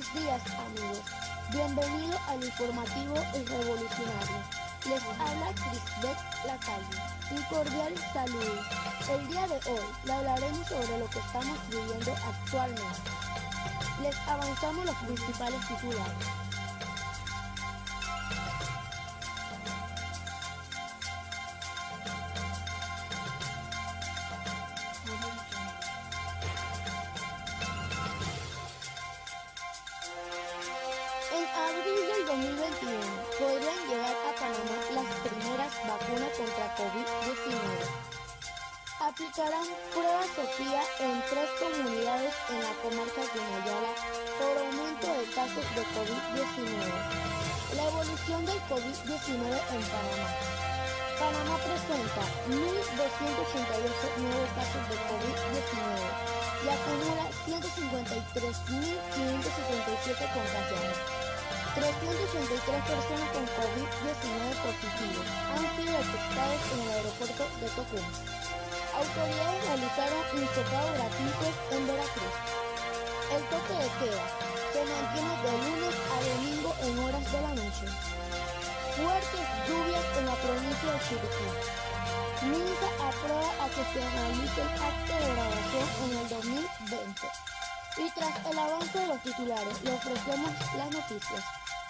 Buenos días, amigos. Bienvenido al informativo El Revolucionario. Les habla Crisbeth Lacalle. Un cordial saludo. El día de hoy le hablaremos sobre lo que estamos viviendo actualmente. Les avanzamos los principales titulares. En abril del 2021 podrían llegar a Panamá las primeras vacunas contra COVID-19. Aplicarán prueba Sofía en 3 comunidades en la comarca de Gunayala por aumento de casos de COVID-19. La evolución del COVID-19 en Panamá. Panamá presenta 1.288 nuevos casos de COVID-19 y acumula 153.577 contagiados. 383 personas con COVID-19 positivos han sido detectados en el aeropuerto de Tocumen. Autoridades realizaron hisopados gratuitos en Veracruz. El toque de queda se mantiene de lunes a domingo en horas de la noche. Fuertes lluvias en la provincia de Chiriquí. MINSA aprueba a que se realice el acto de graduación en el 2020. Y tras el avance de los titulares, le ofrecemos las noticias.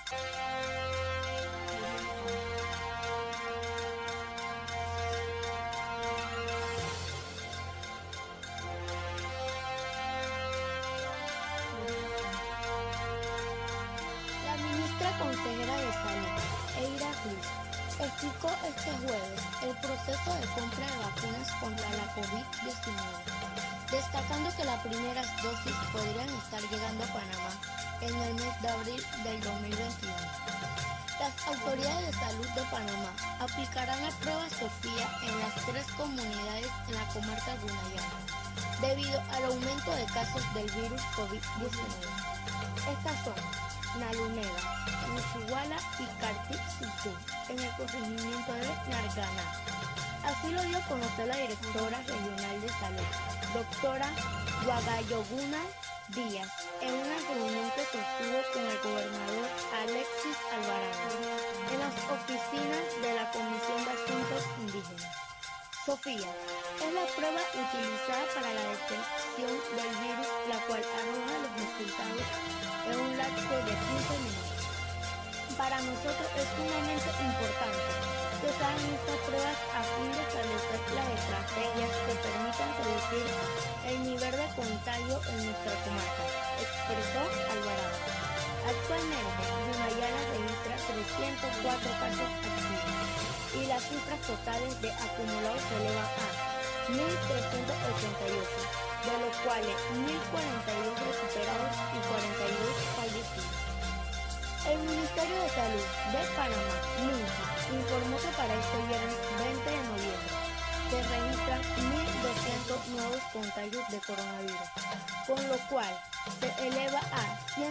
La ministra consejera de Salud, Eira Cruz, explicó este jueves el proceso de compra de vacunas contra la COVID-19, destacando que las primeras dosis podrían estar llegando a Panamá en el mes de abril del 2021. Las autoridades de salud de Panamá aplicarán la prueba Sofía en las 3 comunidades en la comarca de Gunayala, debido al aumento de casos del virus COVID-19. Estas son Nalunega, Uchuala y Cartip-Sitú, en el corregimiento de Narganá. Así lo dio a conocer la directora regional de salud, doctora Guagayoguna Díaz, en una reunión que sostuvo con el gobernador Alexis Alvarado en las oficinas de la Comisión de Asuntos Indígenas. Sofía es la prueba utilizada para la detección del virus, la cual arroja los resultados en un lapso de 15 minutos. Para nosotros es sumamente importante que se hagan estas pruebas a fin de establecer las estrategias que permitan reducir el nivel de contagio en nuestra comarca, expresó Alvarado. Actualmente, Gunayala registra 304 casos activos y las cifras totales de acumulados se elevan a 1.388, de los cuales 1.042 recuperados y 42 fallecidos. El Ministerio de Salud de Panamá, MINSA, informó que para este viernes 20 de noviembre se registran 1.200 nuevos contagios de coronavirus, con lo cual se eleva a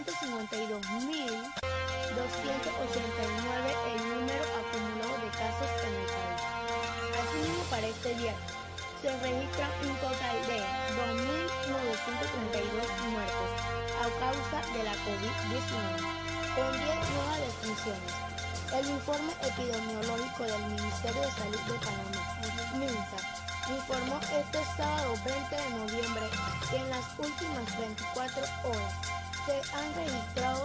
152.289 el número acumulado de casos en el país. Asimismo, para este viernes se registran un total de 2.932 muertes a causa de la COVID-19. Con 10 nuevas defunciones. El informe epidemiológico del Ministerio de Salud de Panamá, MINSA, informó este sábado 20 de noviembre que en las últimas 24 horas se han registrado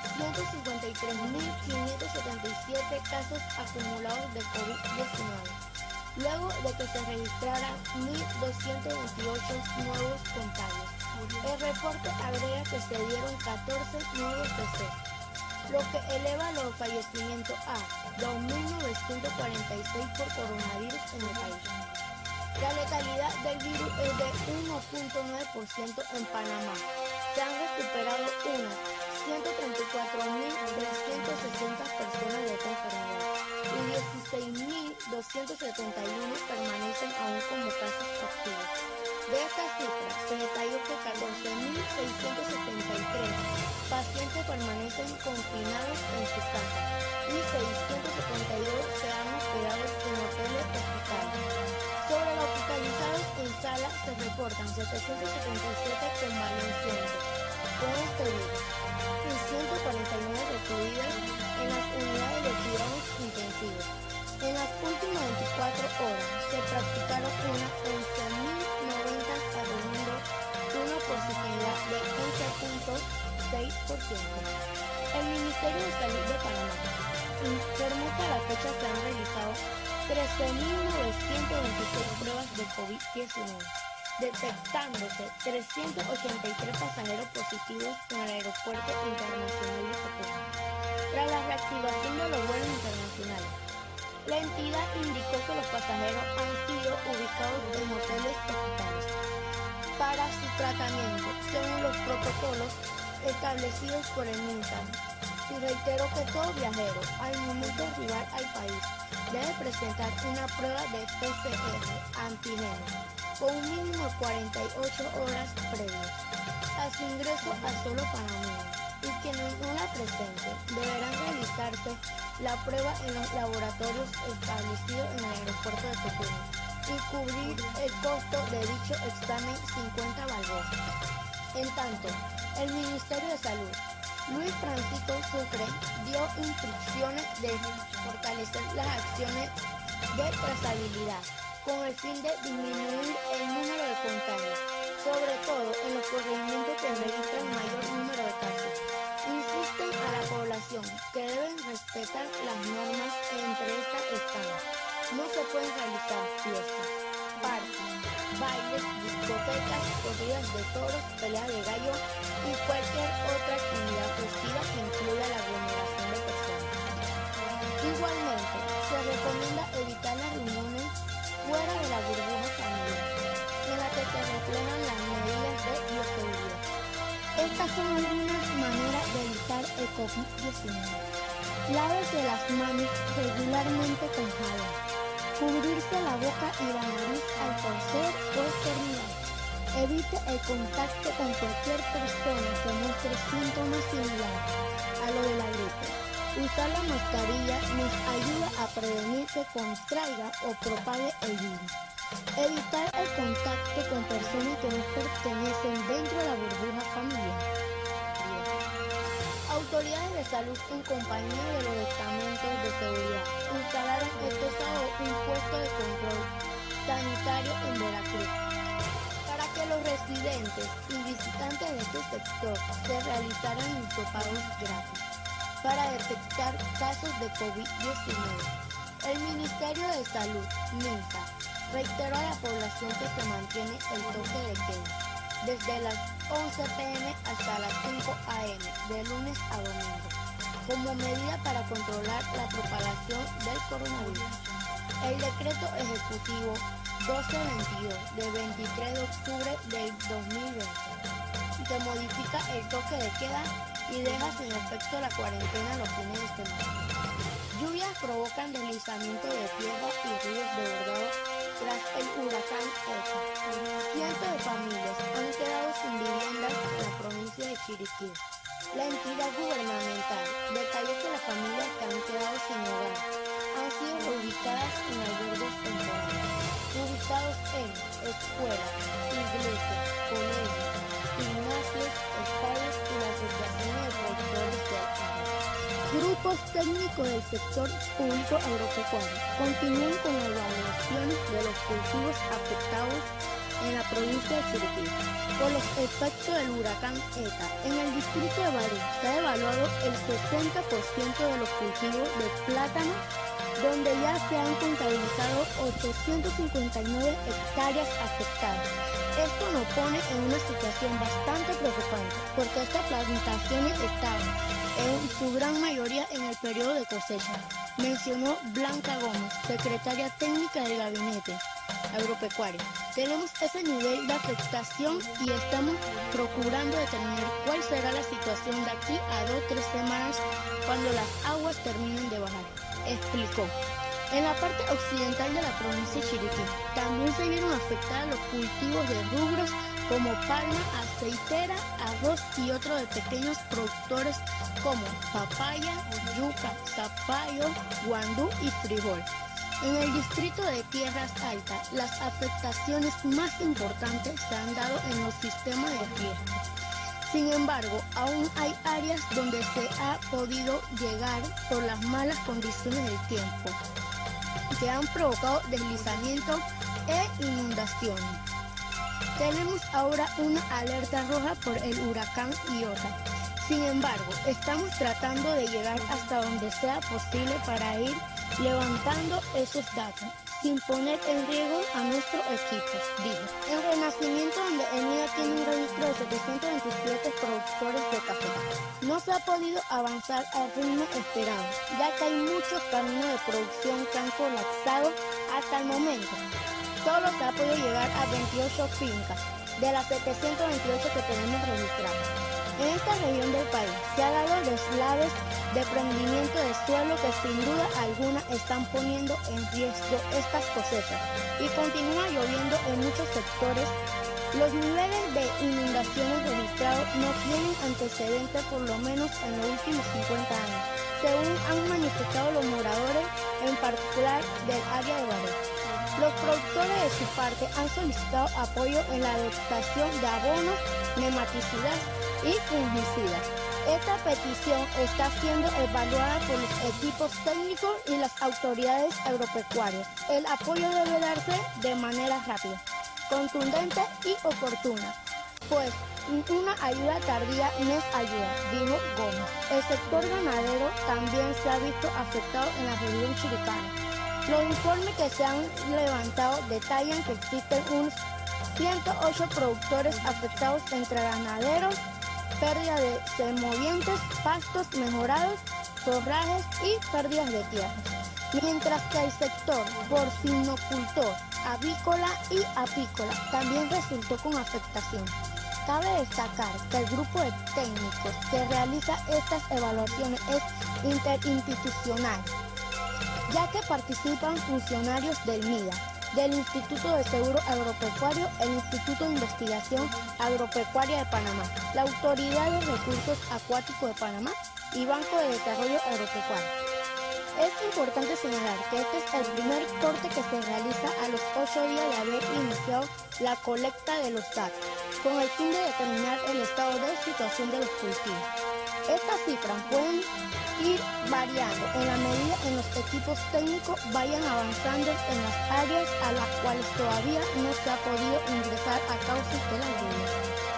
153.577 casos acumulados de COVID-19, luego de que se registraran 1.228 nuevos contagios. El reporte agrega que se dieron 14 nuevos decesos, lo que eleva los fallecimientos a 2.946 por coronavirus en el país. La letalidad del virus es de 1.9% en Panamá. Se han recuperado unas 134.360 personas de esta enfermedad y 16.271 permanecen aún como casos activos. De esta cifra, se detalló que 14.673 pacientes permanecen confinados en su casa y 672 se han hospedado en hoteles hospitales. Sobre los hospitalizados en sala se reportan 777 convalecientes con este virus y y 149 recluidas en las unidades de cuidados intensivos. En las últimas 24 horas se practicaron unas 11.090 alumnos, una positividad de 11.6%. El Ministerio de Salud de Panamá informó que a la fecha se han realizado 13.926 pruebas de COVID-19, detectándose 383 pasajeros positivos en el Aeropuerto Internacional de Tocumen. Tras la reactivación de los vuelos internacionales, la entidad indicó que los pasajeros han sido ubicados en hoteles hospitales para su tratamiento según los protocolos establecidos por el MINSA, y reiteró que todo viajero al momento de arribar al país debe presentar una prueba de PCR antígeno con un mínimo de 48 horas previas a su ingreso a solo Panamá, y quienes no la presenten deberán realizarse la prueba en los laboratorios establecidos en el aeropuerto de Tocumen y cubrir el costo de dicho examen 50 balboas. En tanto, el Ministerio de Salud, Luis Francisco Sucre, dio instrucciones de fortalecer las acciones de trazabilidad con el fin de disminuir el número de contagios, sobre todo en los corregimientos que registran mayor número de casos. Insisten a la población que deben respetar las normas entre estas están. No se pueden realizar fiestas, parques, bailes, discotecas, corridas de toros, peleas de gallo y cualquier otra actividad festiva que incluya la aglomeración de personas. Igualmente, se recomienda evitar las reuniones fuera de la burbuja familiar, en la que se reflejan las medidas de bioseguridad. Estas son algunas maneras de evitar el COVID-19. Lávese las manos regularmente con jabón. Cubrirse la boca y la nariz al toser o estornudar. Evite el contacto con cualquier persona que muestre síntomas similares a lo de la gripe. Usar la mascarilla nos ayuda a prevenir que contraiga o propague el virus. Evitar el contacto con personas que no pertenecen dentro de la burbuja familiar. Autoridades de salud en compañía de los estamentos de seguridad instalaron este sábado un puesto de control sanitario en Veracruz para que los residentes y visitantes de este sector se realizaran hisopados gratis para detectar casos de COVID-19. El Ministerio de Salud, MINSA, reiteró a la población que se mantiene el toque de queda desde las 11 p.m. hasta las 5 a.m. de lunes a domingo, como medida para controlar la propagación del coronavirus. El decreto ejecutivo 1222 de 23 de octubre del 2020, que modifica el toque de queda y deja sin efecto la cuarentena los fines de semana. Lluvias provocan deslizamiento de tierra y ríos desbordados tras el huracán Eta. Cientos de familias han quedado sin viviendas en la provincia de Chiriquí. La entidad gubernamental detalló que las familias que han quedado sin hogar han sido reubicadas en albergues temporales, ubicados en escuelas, iglesias, colegios, gimnasios, estadios y las asociaciones de productores de agua. Grupos técnicos del sector público agropecuario continúan con la evaluación de los cultivos afectados en la provincia de Chiriquí por los efectos del huracán Eta. En el distrito de Barú se ha evaluado el 60% de los cultivos de plátano, donde ya se han contabilizado 859 hectáreas afectadas. Esto nos pone en una situación bastante preocupante, porque estas plantaciones estaban en su gran mayoría en el periodo de cosecha, mencionó Blanca Gómez, secretaria técnica del Gabinete Agropecuario. Tenemos ese nivel de afectación y estamos procurando determinar cuál será la situación de aquí a 2 o 3 semanas cuando las aguas terminen de bajar, explicó. En la parte occidental de la provincia de Chiriquí también se vieron afectados los cultivos de rubros como palma, aceitera, arroz y otros de pequeños productores como papaya, yuca, zapallo, guandú y frijol. En el distrito de Tierras Altas, las afectaciones más importantes se han dado en los sistemas de riego. Sin embargo, aún hay áreas donde se ha podido llegar por las malas condiciones del tiempo, que han provocado deslizamientos e inundaciones. Tenemos ahora una alerta roja por el huracán Iota. Sin embargo, estamos tratando de llegar hasta donde sea posible para ir levantando esos datos, sin poner en riesgo a nuestros equipos, dijo. En Renacimiento, donde ENIDA tiene un registro de 727 productores de café, no se ha podido avanzar al ritmo esperado, ya que hay muchos caminos de producción que han colapsado hasta el momento. Solo se ha podido llegar a 28 fincas de las 728 que tenemos registradas. En esta región del país se ha dado deslaves de prendimiento de suelo que sin duda alguna están poniendo en riesgo estas cosechas y continúa lloviendo en muchos sectores. Los niveles de inundaciones registrados no tienen antecedentes por lo menos en los últimos 50 años, según han manifestado los moradores, en particular del área de Barreto. Los productores de su parte han solicitado apoyo en la adoptación de abonos, nematicidas y fungicidas. Esta petición está siendo evaluada por los equipos técnicos y las autoridades agropecuarias. El apoyo debe darse de manera rápida, contundente y oportuna, pues una ayuda tardía no es ayuda, dijo Gómez. El sector ganadero también se ha visto afectado en la región chiricana. Los informes que se han levantado detallan que existen unos 108 productores afectados entre ganaderos, pérdida de semovientes, pastos mejorados, forrajes y pérdidas de tierra. Mientras que el sector porcinocultor, avícola y apícola también resultó con afectación. Cabe destacar que el grupo de técnicos que realiza estas evaluaciones es interinstitucional, ya que participan funcionarios del MIDA, del Instituto de Seguro Agropecuario, el Instituto de Investigación Agropecuaria de Panamá, la Autoridad de Recursos Acuáticos de Panamá y Banco de Desarrollo Agropecuario. Es importante señalar que este es el primer corte que se realiza a los 8 días de haber iniciado la colecta de los datos, con el fin de determinar el estado de situación de los cultivos. Estas cifras pueden ir variando en la medida en los equipos técnicos vayan avanzando en las áreas a las cuales todavía no se ha podido ingresar a causa de la lluvia.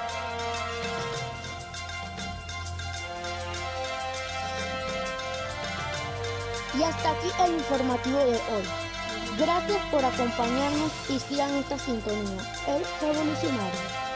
Y hasta aquí el informativo de hoy. Gracias por acompañarnos y sigan esta sintonía. El Revolucionario.